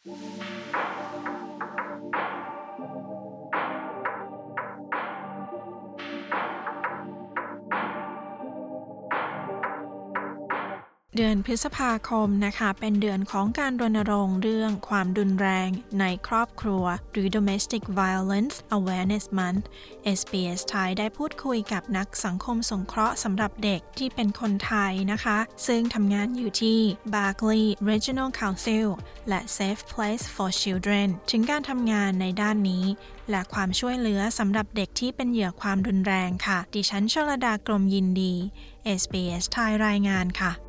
เดือนพฤษภาคมนะคะเป็นเดือนของการรณรงค์เรื่องความรุนแรงในครอบครัวหรือ Domestic Violence Awareness Month SBS ไทยได้พูดคุยกับนักสังคมสงเคราะห์สำหรับเด็กที่เป็นคนไทยนะคะซึ่งทำงานอยู่ที่ Barkly Regional Council และ Safe Place for Children ถึงการทำงานในด้านนี้และความช่วยเหลือสำหรับเด็กที่เป็นเหยื่อความรุนแรงค่ะดิฉันชลดากรมยินดี SBS ไทยรายงานค่ะ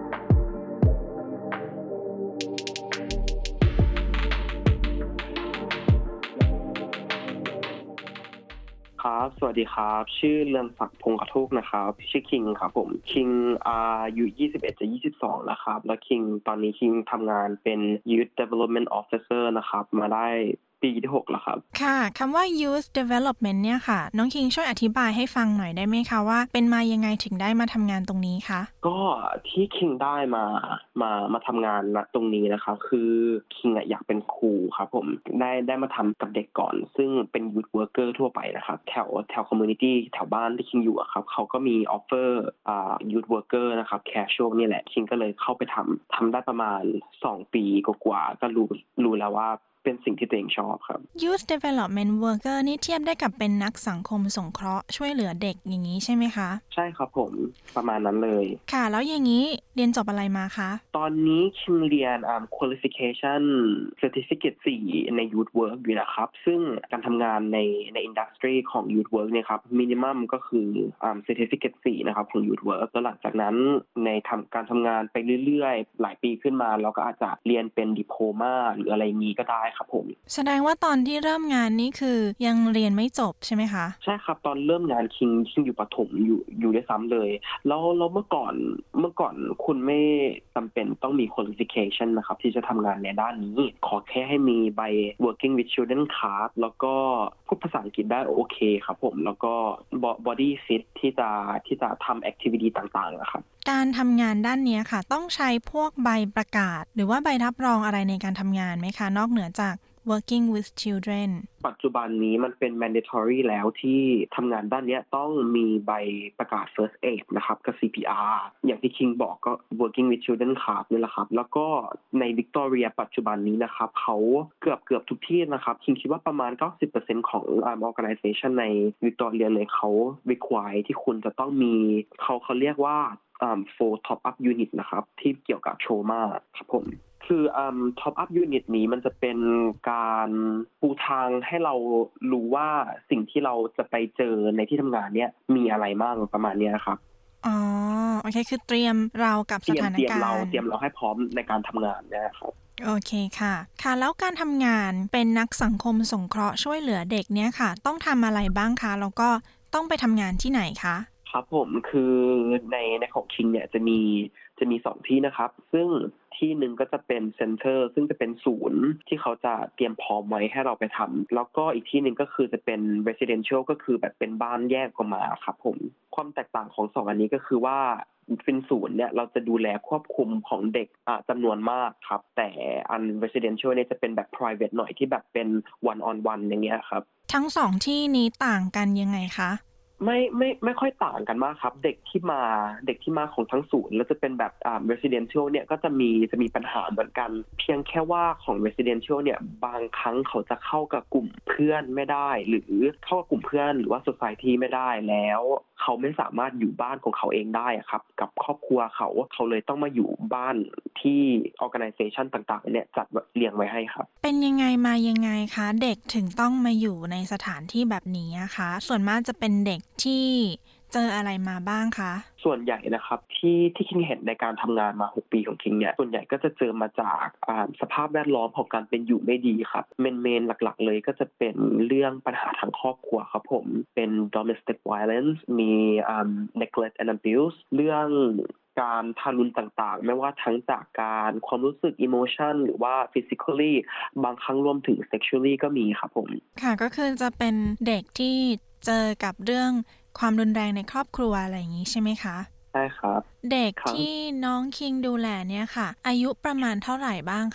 ครับสวัสดีครับชื่อเรืองศักดิ์พงษ์กระโทกนะครับชื่อคิงครับผมคิงอายุ21จะ22แล้วครับแล้วคิงตอนนี้คิงทำงานเป็น Youth Development Officer นะครับมาได้ปีที่6แล้วครับค่ะคำว่า Youth Development เนี่ยค่ะน้องคิงช่วยอธิบายให้ฟังหน่อยได้ไหมคะว่าเป็นมายังไงถึงได้มาทำงานตรงนี้คะก็ที่คิงได้มาทำงานณตรงนี้นะครับคือคิงอยากเป็นครูครับผมได้มาทำกับเด็กก่อนซึ่งเป็น Youth Worker ทั่วไปนะครับแถว Community แถวบ้านที่คิงอยู่อะครับเขาก็มี offer Youth Worker นะครับ Casual นี่แหละคิงก็เลยเข้าไปทำได้ประมาณ2ปีกว่าๆก็รู้แล้วว่าเป็นสิ่งที่ตัวเองชอบครับ Youth Development Worker นี่เทียบได้กับเป็นนักสังคมสงเคราะห์ช่วยเหลือเด็กอย่างนี้ใช่ไหมคะใช่ครับผมประมาณนั้นเลยค่ะแล้วอย่างนี้เรียนจบอะไรมาคะตอนนี้คิงเรียนqualification certificate 4ใน Youth Work อยู่นะครับซึ่งการทำงานในอินดัสทรีของ Youth Work เนี่ยครับ minimum ก็คือcertificate 4นะครับของ Youth Work แล้วหลังจากนั้นในการทำงานไปเรื่อยๆหลายปีขึ้นมาเราก็อาจจะเรียนเป็นดิโพลมาหรืออะไรงี้ก็ได้ครับผมแสดงว่าตอนที่เริ่มงานนี่คือยังเรียนไม่จบใช่ไหมคะใช่ครับตอนเริ่มงานคิงอยู่ประถมอยู่ด้วยซ้ำเลยแล้วเมื่อก่อนคุณไม่จำเป็นต้องมี qualification นะครับที่จะทำงานในด้านนี้ขอแค่ให้มีใบ working with children card แล้วก็พูดภาษาอังกฤษได้โอเคครับผมแล้วก็ body fit ที่จะทำ activity ต่างๆนะครับการทำงานด้านนี้ค่ะต้องใช้พวกใบประกาศหรือว่าใบรับรองอะไรในการทำงานไหมคะนอกเหนือจาก working with children ปัจจุบันนี้มันเป็น mandatory แล้วที่ทำงานด้านนี้ต้องมีใบประกาศ first aid นะครับกับ CPR อย่างที่คิงบอกก็ working with children card นี่แหละครับแล้วก็ใน Victoria ปัจจุบันนี้นะครับเขาเกือบทุกที่นะครับคิงคิดว่าประมาณ 90% ของorganization ใน Victoria เลยเขา require ที่คุณจะต้องมีเขาเรียกว่าfor top up unit นะครับที่เกี่ยวกับ trauma ครับผมคือtop up unit นี้มันจะเป็นการปูทางให้เรารู้ว่าสิ่งที่เราจะไปเจอในที่ทำงานเนี้ยมีอะไรบ้างประมาณนี้ครับอ๋อโอเคคือเตรียมเรากับสถานการณ์เตรียมเราให้พร้อมในการทำงานนะครับโอเคค่ะค่ะแล้วการทำงานเป็นนักสังคมสงเคราะห์ช่วยเหลือเด็กเนี้ยค่ะต้องทำอะไรบ้างคะแล้วก็ต้องไปทำงานที่ไหนคะครับผมคือในของคิงเนี่ยจะมี2ที่นะครับซึ่งที่หนึ่งก็จะเป็นเซ็นเตอร์ซึ่งจะเป็นศูนย์ที่เขาจะเตรียมพร้อมไว้ให้เราไปทำแล้วก็อีกที่หนึ่งก็คือจะเป็น residential ก็คือแบบเป็นบ้านแยกออกมาครับผมความแตกต่างของ2อันนี้ก็คือว่าเป็นศูนย์เนี่ยเราจะดูแลควบคุมของเด็กจำนวนมากครับแต่อัน residential เนี่ยจะเป็นแบบ private หน่อยที่แบบเป็น one on one อย่างเงี้ยครับทั้ง2ที่นี้ต่างกันยังไงคะไม่ค่อยต่างกันมากครับเด็กที่มาของทั้งศูนย์แล้วจะเป็นแบบresidential เนี่ยก็จะมีปัญหาเหมือนกันเพียงแค่ว่าของ residential เนี่ยบางครั้งเขาจะเข้ากับกลุ่มเพื่อนไม่ได้หรือเข้ากับกลุ่มเพื่อนหรือว่า society ไม่ได้แล้วเขาไม่สามารถอยู่บ้านของเขาเองได้ครับกับครอบครัวเขาเลยต้องมาอยู่บ้านที่ organization ต่างๆเนี่ยจัดเรียงไว้ให้ครับเป็นยังไงมายังไงคะเด็กถึงต้องมาอยู่ในสถานที่แบบนี้นะคะส่วนมากจะเป็นเด็กที่เจออะไรมาบ้างคะส่วนใหญ่นะครับที่คิงเห็นในการทำงานมา6ปีของคิงเนี่ยส่วนใหญ่ก็จะเจอมาจากสภาพแวดล้อมของการเป็นอยู่ไม่ดีครับเมนหลักๆเลยก็จะเป็นเรื่องปัญหาทางครอบครัวครับผมเป็น domestic violence มี neglect and abuse เรื่องการทารุณต่างๆไม่ว่าทั้งจากการความรู้สึก emotion หรือว่า physically บางครั้งรวมถึง sexually ก็มีครับผมค่ะก็คือจะเป็นเด็กที่เจอกับเรื่องความรุนแรงในครอบครัวอะไรอย่างนี้ใช่ไหมคะใช่ครับเด็กที่น้องคิงดูแลเนี่ยค่ะอายุประมาณเท่าไหร่บ้างคะ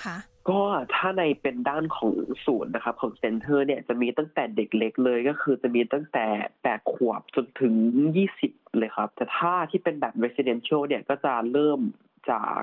ก็ถ้าในเป็นด้านของศูนย์นะครับของเซ็นเตอร์เนี่ยจะมีตั้งแต่เด็กเล็กเลยก็คือจะมีตั้งแต่8ขวบจนถึง20เลยครับแต่ถ้าที่เป็นแบบ residential เนี่ยก็จะเริ่มจาก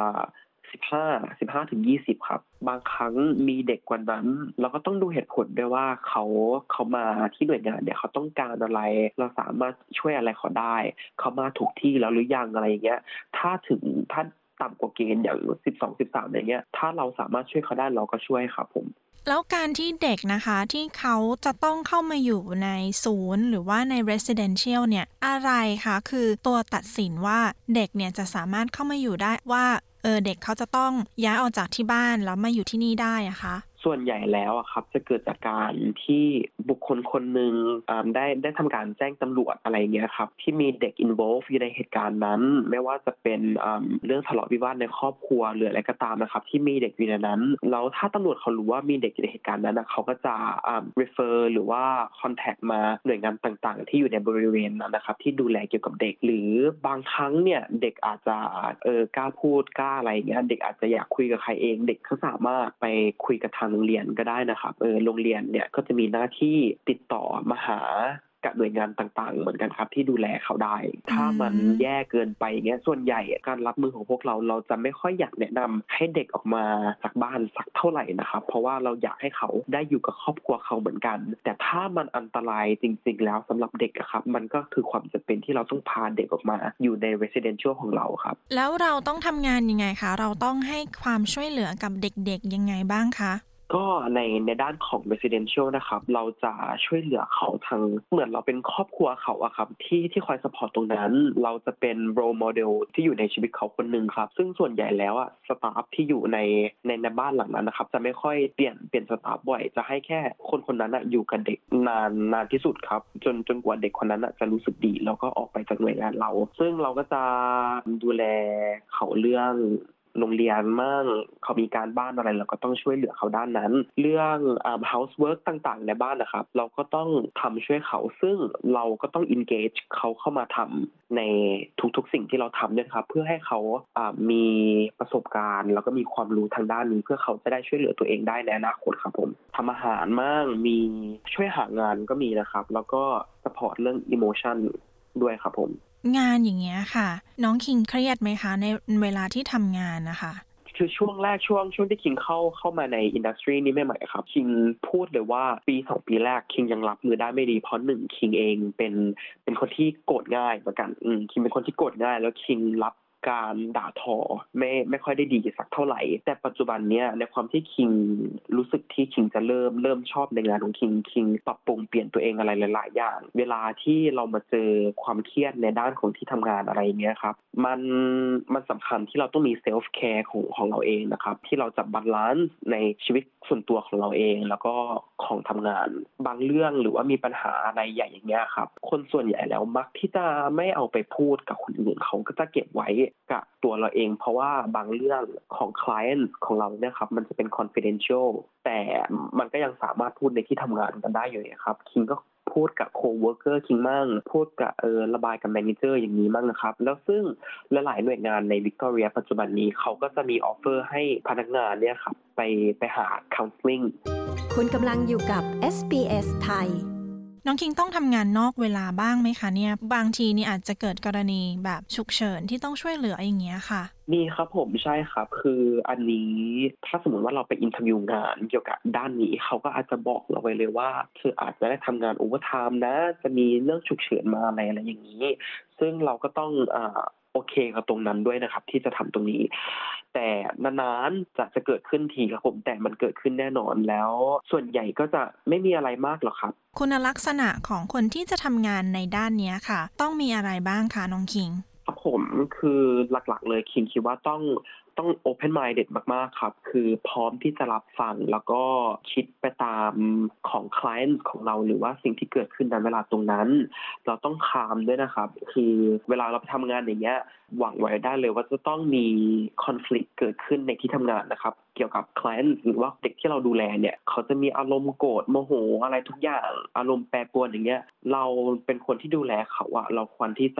15ถึง20ครับบางครั้งมีเด็กกว่านั้นเราก็ต้องดูเหตุผลด้วยว่าเขามาที่หน่วยงานเนี่ยเขาต้องการอะไรเราสามารถช่วยอะไรเขาได้เขามาถูกที่แล้วหรือยังอะไรอย่างเงี้ยถ้าต่ำกว่าเกณฑ์อย่าง12-13อย่างเงี้ยถ้าเราสามารถช่วยเขาได้เราก็ช่วยครับผมแล้วการที่เด็กนะคะที่เขาจะต้องเข้ามาอยู่ในศูนย์หรือว่าใน residential เนี่ยอะไรคะคือตัวตัดสินว่าเด็กเนี่ยจะสามารถเข้ามาอยู่ได้ว่าเด็กเขาจะต้องย้ายออกจากที่บ้านแล้วมาอยู่ที่นี่ได้อะคะส่วนใหญ่แล้วอะครับจะเกิดจากการที่บุคคลคนหนึ่งได้ทำการแจ้งตำรวจอะไรเงี้ยครับที่มีเด็ก involve อยู่ในเหตุการณ์นั้นไม่ว่าจะเป็นเรื่องทะเลาะวิวาทในครอบครัวหรืออะไรก็ตามนะครับที่มีเด็กอยู่ในนั้นแล้วถ้าตำรวจเขารู้ว่ามีเด็กอยู่ในเหตุการณ์นั้นเขาก็จะrefer หรือว่า contact มาหน่วยงานต่างๆที่อยู่ในบริเวณนั้นนะครับที่ดูแลเกี่ยวกับเด็กหรือบางครั้งเนี่ยเด็กอาจจะกล้าพูดกล้าอะไรเงี้ยเด็กอาจจะอยากคุยกับใครเองเด็กเขาสามารถไปคุยกับทางโรงเรียนก็ได้นะครับโรงเรียนเนี่ยก็จะมีหน้าที่ติดต่อมาหากับหน่วยงานต่างๆเหมือนกันครับที่ดูแลเขาได้ถ้ามันแย่เกินไปเงี้ยส่วนใหญ่การรับมือของพวกเราจะไม่ค่อยอยากแนะนำให้เด็กออกมาจากบ้านสักเท่าไหร่นะครับเพราะว่าเราอยากให้เขาได้อยู่กับครอบครัวเขาเหมือนกันแต่ถ้ามันอันตรายจริงๆแล้วสำหรับเด็กครับมันก็คือความจำเป็นที่เราต้องพาเด็กออกมาอยู่ใน residential ของเราครับแล้วเราต้องทำงานยังไงคะเราต้องให้ความช่วยเหลือกับเด็กๆยังไงบ้างคะก็ในด้านของ residential นะครับเราจะช่วยเหลือเขาทางเหมือนเราเป็นครอบครัวเขาอะครับที่คอยซัพพอร์ตตรงนั้นเราจะเป็น role model ที่อยู่ในชีวิตเขาคนนึงครับซึ่งส่วนใหญ่แล้วอะสตาฟที่อยู่ในบ้านหลังนั้นนะครับจะไม่ค่อยเปลี่ยนสตาฟบ่อยจะให้แค่คนนั้นอะอยู่กับเด็กนานที่สุดครับจนกว่าเด็กคนนั้นอะจะรู้สึกดีแล้วก็ออกไปจากหน่วยงานเราซึ่งเราก็จะดูแลเขาเรื่องโรงเรียนมั่งเขามีการบ้านอะไรเราก็ต้องช่วยเหลือเขาด้านนั้นเรื่องhousework ต่างๆในบ้านนะครับเราก็ต้องทำช่วยเขาซึ่งเราก็ต้อง engage เขาเข้ามาทำในทุกๆสิ่งที่เราทำเนี่ยครับเพื่อให้เขามีประสบการณ์แล้วก็มีความรู้ทางด้านนี้เพื่อเขาจะได้ช่วยเหลือตัวเองได้ในอนาคตครับผมทำอาหารมั่งมีช่วยหางานก็มีนะครับแล้วก็ support เรื่อง emotion ด้วยครับผมงานอย่างเงี้ยค่ะน้องคิงเครียดไหมคะในเวลาที่ทำงานนะคะคือช่วงแรกช่วงที่คิงเข้ามาในอินดัสทรีนี้ใหม่ๆครับคิงพูดเลยว่าปี2ปีแรกคิงยังรับมือได้ไม่ดีเพราะ1คิงเองเป็นคนที่โกรธง่ายเหมือนกันคิงเป็นคนที่โกรธง่ายแล้วคิงรับการด่าทอไม่ค่อยได้ดีสักเท่าไหร่แต่ปัจจุบันเนี้ยในความที่คิงรู้สึกที่คิงจะเริ่มชอบในงานของคิงปรับปรุงเปลี่ยนตัวเองอะไรหลายๆอย่างเวลาที่เรามาเจอความเครียดในด้านของที่ทำงานอะไรอย่างเงี้ยครับมันสำคัญที่เราต้องมีเซลฟ์แคร์ของเราเองนะครับที่เราจะบาลานซ์ในชีวิตส่วนตัวของเราเองแล้วก็ของทำงานบางเรื่องหรือว่ามีปัญหาอะไรใหญ่อย่างเงี้ยครับคนส่วนใหญ่แล้วมักที่จะไม่เอาไปพูดกับคนอื่นเขาก็จะเก็บไว้กับตัวเราเองเพราะว่าบางเรื่องของ client ของเราเนี่ยครับมันจะเป็น confidential แต่มันก็ยังสามารถพูดในที่ทำงานกันได้อยู่นะครับคิงก็พูดกับ co-worker คิงมั่งพูดกับระบายกับ manager อย่างนี้มั่งนะครับแล้วซึ่งหลายๆหน่วยงานในวิกตอเรียปัจจุบันนี้เขาก็จะมีออฟเฟอร์ให้พนักงานเนี่ยครับไปหา counseling คุณกำลังอยู่กับ SBS ไทยน้องคิงต้องทำงานนอกเวลาบ้างไหมคะเนี่ยบางทีนี่อาจจะเกิดกรณีแบบฉุกเฉินที่ต้องช่วยเหลืออย่างเงี้ยค่ะมีครับผมใช่ครับคืออันนี้ถ้าสมมติว่าเราไปอินเทอร์วิวงานเกี่ยวกับด้านนี้เขาก็อาจจะบอกเราไว้เลยว่าเธออาจจะได้ทำงานโอเวอร์ไทม์นะจะมีเรื่องฉุกเฉินมาอะไรอย่างนี้ซึ่งเราก็ต้องโอเคกับตรงนั้นด้วยนะครับที่จะทำตรงนี้แต่นานๆจะเกิดขึ้นทีครับผมแต่มันเกิดขึ้นแน่นอนแล้วส่วนใหญ่ก็จะไม่มีอะไรมากหรอกครับคุณลักษณะของคนที่จะทำงานในด้านนี้ค่ะต้องมีอะไรบ้างคะน้องคิงครับผมคือหลักๆเลยคิงคิดว่าต้อง open minded มากๆครับคือพร้อมที่จะรับฟังแล้วก็คิดไปตามของ client ของเราหรือว่าสิ่งที่เกิดขึ้นในเวลาตรงนั้นเราต้องคามด้วยนะครับคือเวลาเราไปทำงานอย่างเงี้ยหวังไว้ได้เลยว่าจะต้องมี conflict เกิดขึ้นในที่ทำงานนะครับเกี่ยวกับ client หรือว่าเด็กที่เราดูแลเนี่ยเขาจะมีอารมณ์โกรธโมโหอะไรทุกอย่างอารมณ์แปรปรวนอย่างเงี้ยเราเป็นคนที่ดูแลเขาอะเราควรที่จะ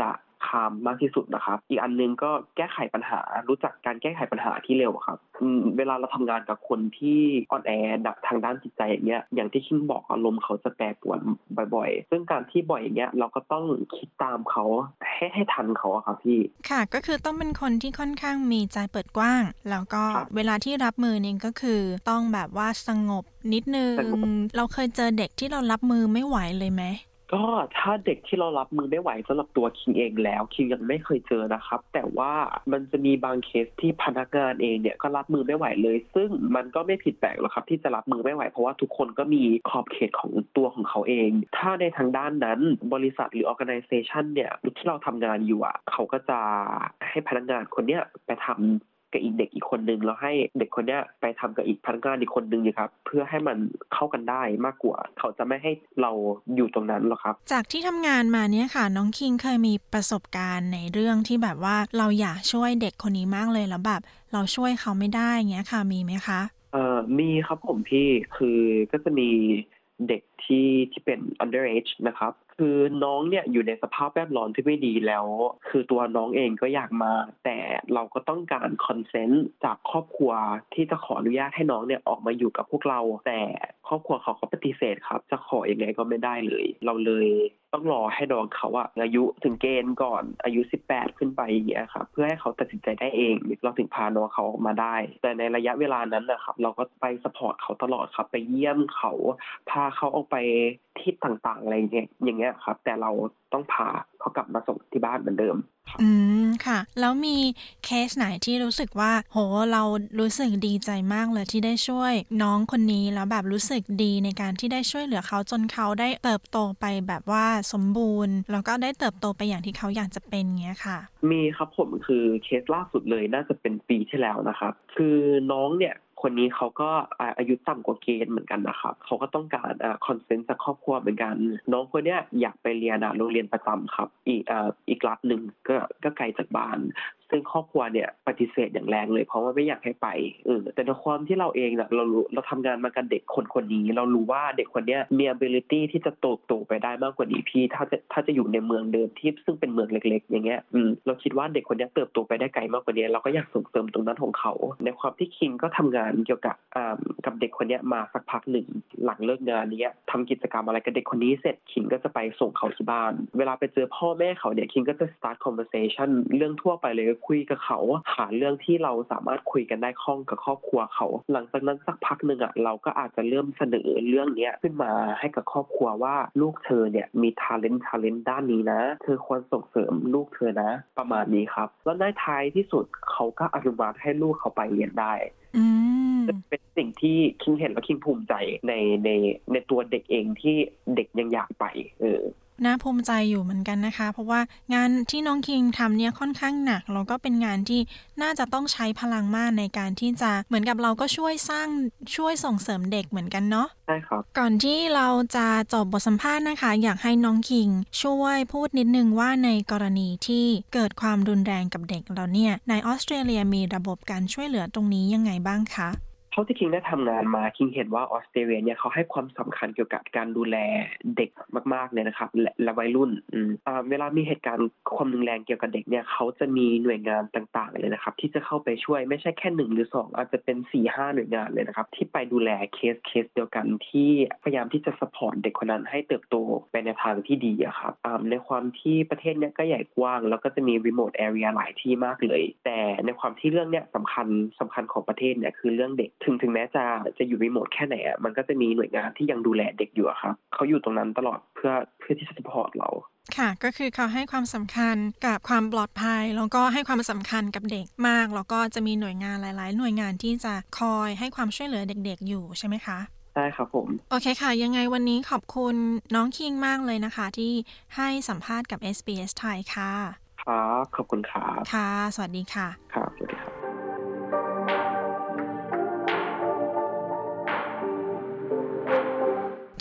calm มากที่สุดนะครับอีกอันนึงก็แก้ไขปัญหารู้จักการแก้ไขปัญหาที่เร็วครับเวลาเราทำงานกับคนที่อ่อนแอหนักทางด้านจิตใจอย่างเงี้ยอย่างที่คิงบอกอารมณ์เขาจะแปรปรวนบ่อยๆซึ่งการที่บ่อยอย่างเงี้ยเราก็ต้องคิดตามเขาให้ทันเขาอะครับพี่ค่ะก็คือต้องเป็นคนที่ค่อนข้างมีใจเปิดกว้างแล้วก็เวลาที่รับมือนี่ก็คือต้องแบบว่าสงบนิดนึงเราเคยเจอเด็กที่เรารับมือไม่ไหวเลยไหมก็ถ้าเด็กที่เรารับมือไม่ไหวสำหรับตัวคิงเองแล้วคิงยังไม่เคยเจอนะครับแต่ว่ามันจะมีบางเคสที่พนักงานเองเนี่ยก็รับมือไม่ไหวเลยซึ่งมันก็ไม่ผิดแปลกหรอกครับที่จะรับมือไม่ไหวเพราะว่าทุกคนก็มีขอบเขตของตัวของเขาเองถ้าในทางด้านนั้นบริษัทหรือ organization เนี่ยที่เราทำงานอยู่อ่ะเขาก็จะให้พนักงานคนเนี้ยไปทำกับอีกเด็กอีกคนนึงแล้วให้เด็กคนเนี้ยไปทำกับอีกพนักงานอีกคนนึงครับเพื่อให้มันเข้ากันได้มากกว่าเขาจะไม่ให้เราอยู่ตรงนั้นหรอกครับจากที่ทำงานมาเนี่ยค่ะน้องคิงเคยมีประสบการณ์ในเรื่องที่แบบว่าเราอยากช่วยเด็กคนนี้มากเลยแล้วแบบเราช่วยเขาไม่ได้เงี้ยค่ะมีไหมคะมีครับผมพี่คือก็จะมีเด็กที่เป็น underage นะครับคือน้องเนี่ยอยู่ในสภาพแวดล้อมที่ไม่ดีแล้วคือตัวน้องเองก็อยากมาแต่เราก็ต้องการคอนเซนต์จากครอบครัวที่จะขออนุญาตให้น้องเนี่ยออกมาอยู่กับพวกเราแต่ครอบครัวเขาปฏิเสธครับจะขอยังไงก็ไม่ได้เลยเราเลยต้องรอให้น้องเขาอายุถึงเกณฑ์ก่อนอายุ18ขึ้นไปอย่างเงี้ยครับเพื่อให้เขาตัดสินใจได้เองเราถึงพาน้องเขาออกมาได้แต่ในระยะเวลานั้นนะครับเราก็ไปซัพพอร์ตเขาตลอดครับไปเยี่ยมเขาพาเขาออกไปที่ต่างๆอะไรอย่างเงี้ยครับแต่เราต้องพาเขากลับมาส่งที่บ้านเหมือนเดิมค่ะแล้วมีเคสไหนที่รู้สึกว่าโหเรารู้สึกดีใจมากเลยที่ได้ช่วยน้องคนนี้แล้วแบบรู้สึกดีในการที่ได้ช่วยเหลือเขาจนเขาได้เติบโตไปแบบว่าสมบูรณ์แล้วก็ได้เติบโตไปอย่างที่เขาอยากจะเป็นเงี้ยค่ะมีครับผมคือเคสล่าสุดเลยน่าจะเป็นปีที่แล้วนะครับคือน้องเนี่ยคนนี้เขาก็อายุต่ำกว่าเกณฑ์เหมือนกันนะครับเขาก็ต้องการคอนเซนต์จากครอบครัวเหมือนกันน้องคนเนี้ยอยากไปเรียนโรงเรียนประจำครับอีกรัฐนึงก็ไกลจากบ้านซึ่งครอบครัวเนี่ยปฏิเสธอย่างแรงเลยเพราะว่าไม่อยากให้ไปแต่ในความที่เราเองน่ะเราทำงานมากับเด็กคนนี้เรารู้ว่าเด็กคนเนี้ยมี ability ที่จะโตไปได้มากกว่านี้พี่ถ้าจะอยู่ในเมืองเดิมที่ซึ่งเป็นเมืองเล็กๆอย่างเงี้ยเราคิดว่าเด็กคนนี้เติบโตไปได้ไกลมากกว่านี้เราก็อยากส่งเสริมตรงนั้นของเขาในความที่คิงก็ทำงานเกี่ยวกับเด็กคนนี้มาสักพักหนึ่งหลังเลิกงานนี้ทำกิจกรรมอะไรกับเด็กคนนี้เสร็จคิงก็จะไปส่งเขาที่บ้านเวลาไปเจอพ่อแม่เขาเนี่ยคิงก็จะ start conversation เรื่องทั่วไปเลยคุยกับเขาหาเรื่องที่เราสามารถคุยกันได้คล่องกับครอบครัวเขาหลังจากนั้นสักพักนึงเราก็อาจจะเริ่มเสนอเรื่องนี้ขึ้นมาให้กับครอบครัวว่าลูกเธอเนี่ยมี talent ด้านนี้นะเธอควรส่งเสริมลูกเธอนะประมาณนี้ครับแล้วในท้ายที่สุดเขาก็อนุมัติให้ลูกเขาไปเรียนได้เป็นสิ่งที่คิงเห็นแล้วคิงภูมิใจในตัวเด็กเองที่เด็กยังอยากไปน่าภูมิใจอยู่เหมือนกันนะคะเพราะว่างานที่น้องคิงทำเนี่ยค่อนข้างหนักแล้วก็เป็นงานที่น่าจะต้องใช้พลังมากในการที่จะเหมือนกับเราก็ช่วยส่งเสริมเด็กเหมือนกันเนาะใช่ครับก่อนที่เราจะจบบทสัมภาษณ์นะคะอยากให้น้องคิงช่วยพูดนิดนึงว่าในกรณีที่เกิดความรุนแรงกับเด็กเราเนี่ยในออสเตรเลียมีระบบการช่วยเหลือตรงนี้ยังไงบ้างคะเท่าที่คิงได้ทำงานมาคิงเห็นว่าออสเตรเลียเนี่ยเขาให้ความสำคัญเกี่ยวกับการดูแลเด็กมากๆเลยนะครับและวัยรุ่นเวลามีเหตุการณ์ความรุนแรงเกี่ยวกับเด็กเนี่ยเขาจะมีหน่วยงานต่างๆเลยนะครับที่จะเข้าไปช่วยไม่ใช่แค่1หรือ2อาจจะเป็น 4-5 หน่วยงานเลยนะครับที่ไปดูแลเคสเดียวกันที่พยายามที่จะซัพพอร์ตเด็กคนนั้นให้เติบโตไปในทางที่ดีอะครับในความที่ประเทศเนี้ยก็ใหญ่กว้างแล้วก็จะมี remote area หลายที่มากเลยแต่ในความที่เรื่องเนี้ยสำคัญของประเทศเนี่ยคือเรื่องเด็กถึงแม้จะอยู่รีโมทแค่ไหนมันก็จะมีหน่วยงานที่ยังดูแลเด็กอยู่ครับเขาอยู่ตรงนั้นตลอดเพื่อที่จะซัพพอร์ตเราค่ะก็คือเขาให้ความสำคัญกับความปลอดภัยแล้วก็ให้ความสำคัญกับเด็กมากแล้วก็จะมีหน่วยงานหลายๆหน่วยงานที่จะคอยให้ความช่วยเหลือเด็กๆอยู่ใช่ไหมคะใช่ครับผมโอเคค่ะยังไงวันนี้ขอบคุณน้องคิงมากเลยนะคะที่ให้สัมภาษณ์กับ SBS ไทยค่ะครับขอบคุณครับค่ะสวัสดีค่ะครับสวัสดีครับ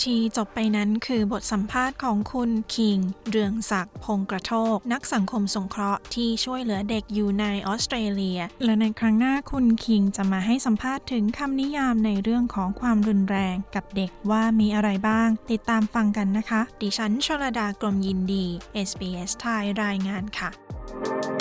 ที่จบไปนั้นคือบทสัมภาษณ์ของคุณคิงเรืองศักดิ์พงษ์กระโทกนักสังคมสงเคราะห์ที่ช่วยเหลือเด็กอยู่ในออสเตรเลียและในครั้งหน้าคุณคิงจะมาให้สัมภาษณ์ถึงคำนิยามในเรื่องของความรุนแรงกับเด็กว่ามีอะไรบ้างติดตามฟังกันนะคะดิฉันชลดากรมยินดี SBS ไทยรายงานค่ะ